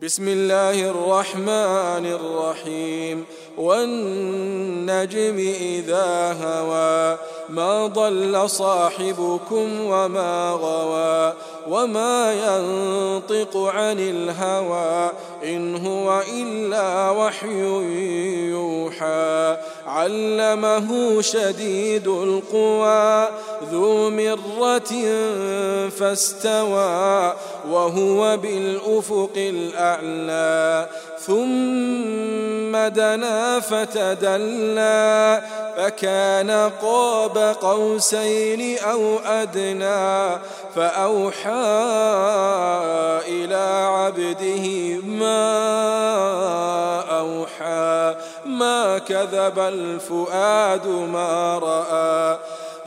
بسم الله الرحمن الرحيم والنجم إذا هوى ما ضل صاحبكم وما غوى وما ينطق عن الهوى إن هو إلا وحي يوحى علمه شديد القوى ذو مرة فاستوى وهو بالأفق الأعلى ثم دنا فتدلى فكان قاب قوسين أو أدنى فأوحى إلى عبده ما أوحى ما كذب الفؤاد ما رأى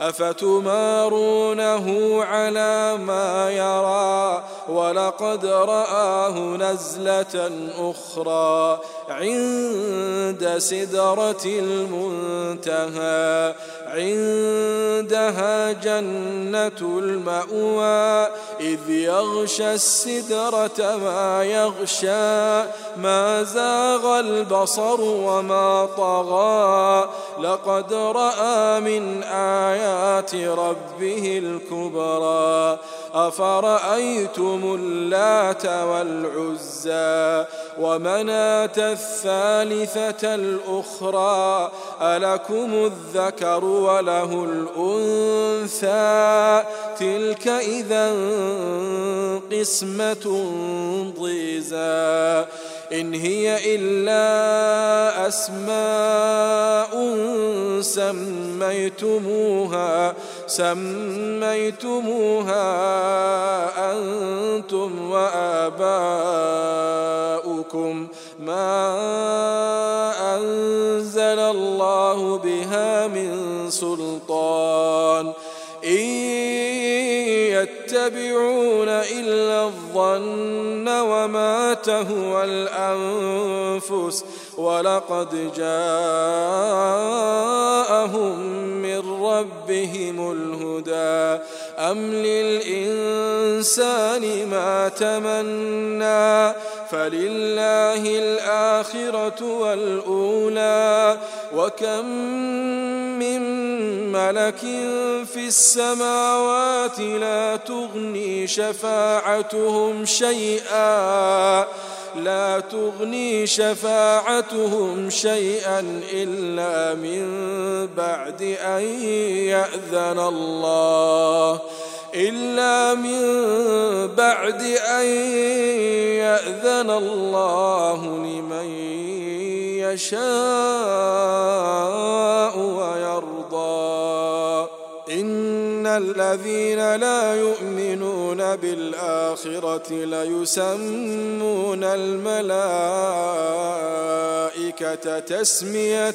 أفتمارونه على ما يرى ولقد رآه نزلة أخرى عند سدرة المنتهى عندها جنة المأوى إذ يغشى السدرة ما يغشى ما زاغ البصر وما طغى لقد رأى من آيات ربه الكبرى أفرأيتم اللات والعزى ومناة الثالثة الأخرى ألكم الذكر وله الأنثى تلك إذا قسمة ضيزى إن هي إلا أسماء سميتموها أنتم وآباؤكم ما أنزل الله بها من سلطان إن يتبعون إلا الظن وما تهوى الأنفس ولقد جاءهم من ربهم الهدى أم للإنسان ما تمنى فلله الآخرة والأولى وكم من ملك في السماوات لا تغني شفاعتهم شيئا إلا من بعد أن يأذن الله لمن يشاء ويرضى إن الذين لا يؤمنون بالآخرة ليسمون الملائكة تسمية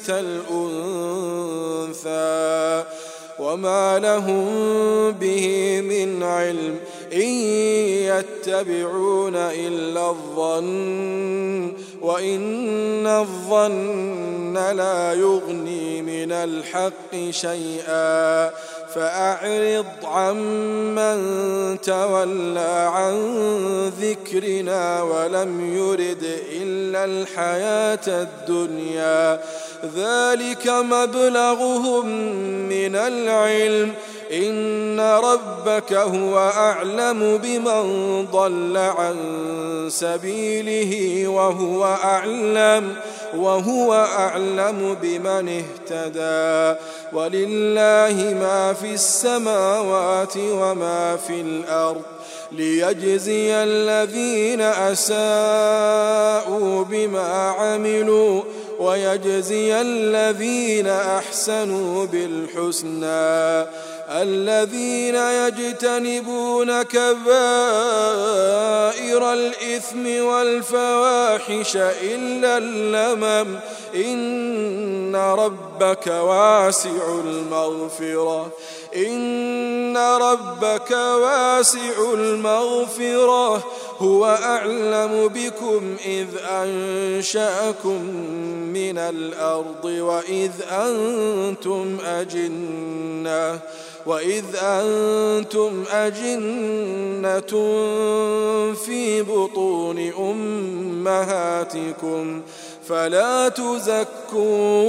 الأنثى وما لهم به من علم إن يتبعون إلا الظن وإن الظن لا يغني من الحق شيئا فأعرض عمن تولى عن ذكرنا ولم يرد إلا الحياة الدنيا ذلك مبلغهم من العلم إن ربك هو أعلم بمن ضل عن سبيله وهو أعلم بمن اهتدى ولله ما في السماوات وما في الأرض ليجزي الذين أساءوا بما عملوا ويجزي الذين أحسنوا بالحسنى الذين يجتنبون كبائر الإثم والفواحش إلا اللمم إن ربك واسع المغفرة هو أعلم بكم إذ أنشأكم من الأرض وإذ أنتم أجنة وإذ أنتم أجنة في بطون أمهاتكم فلا تزكوا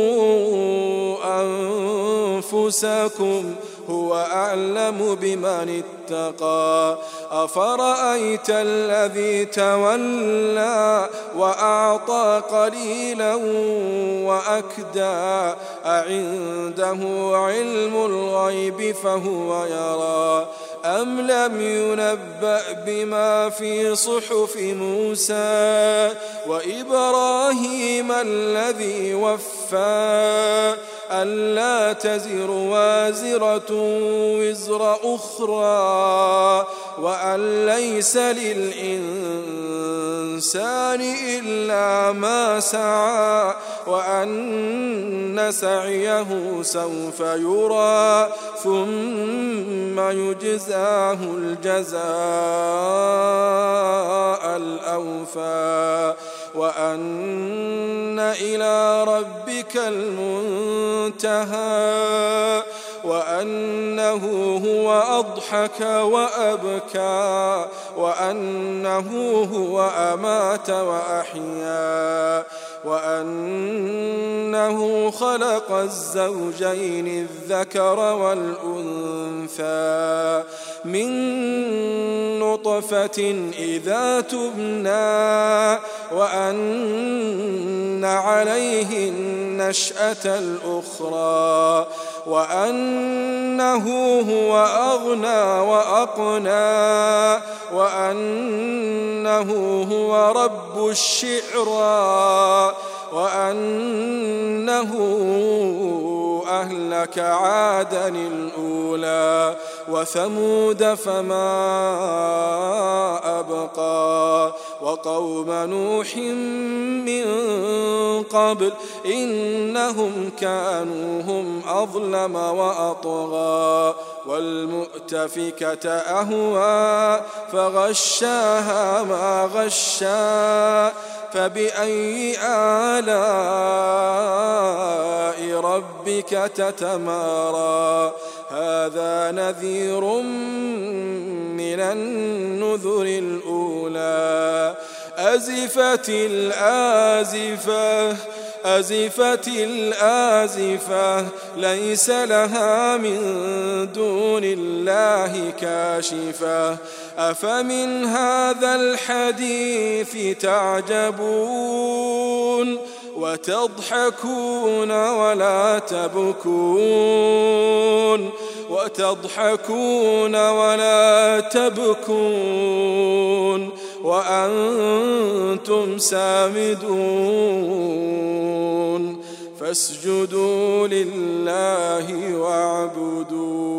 أنفسكم هو أعلم بمن اتقى أفرأيت الذي تولى وأعطى قليلا وأكدى أعنده علم الغيب فهو يرى أم لم ينبأ بما في صحف موسى وإبراهيم الذي وفى ألا تزر وازرة وزر أخرى وأن ليس للإنسان إلا ما سعى وأن سعيه سوف يرى ثم يجزاه الجزاء الأوفى وأن إلى ربك المنتهى وأنه هو أضحك وأبكى وأنه هو أمات وأحيا وأنه خلق الزوجين الذكر والأنثى من نطفة إذا تبنى وأن عليه النشأة الأخرى وأنه هو أغنى وأقنى وأنه هو رب الشعرى وأنه أهلك عادا الأولى وثمود فما أبقى وقوم نوح من قبل إنهم كانوا هم أظلم وأطغى والمؤتفكة أهوى فغشاها ما غشا فبأي آلاء ربك تتمارى هذا نذير من النذر الأولى أزفت الآزفة ليس لها من دون الله كاشفة أفمن هذا الحديث تعجبون وتضحكون ولا تبكون وأنتم سامدون فاسجدوا لله واعبدوا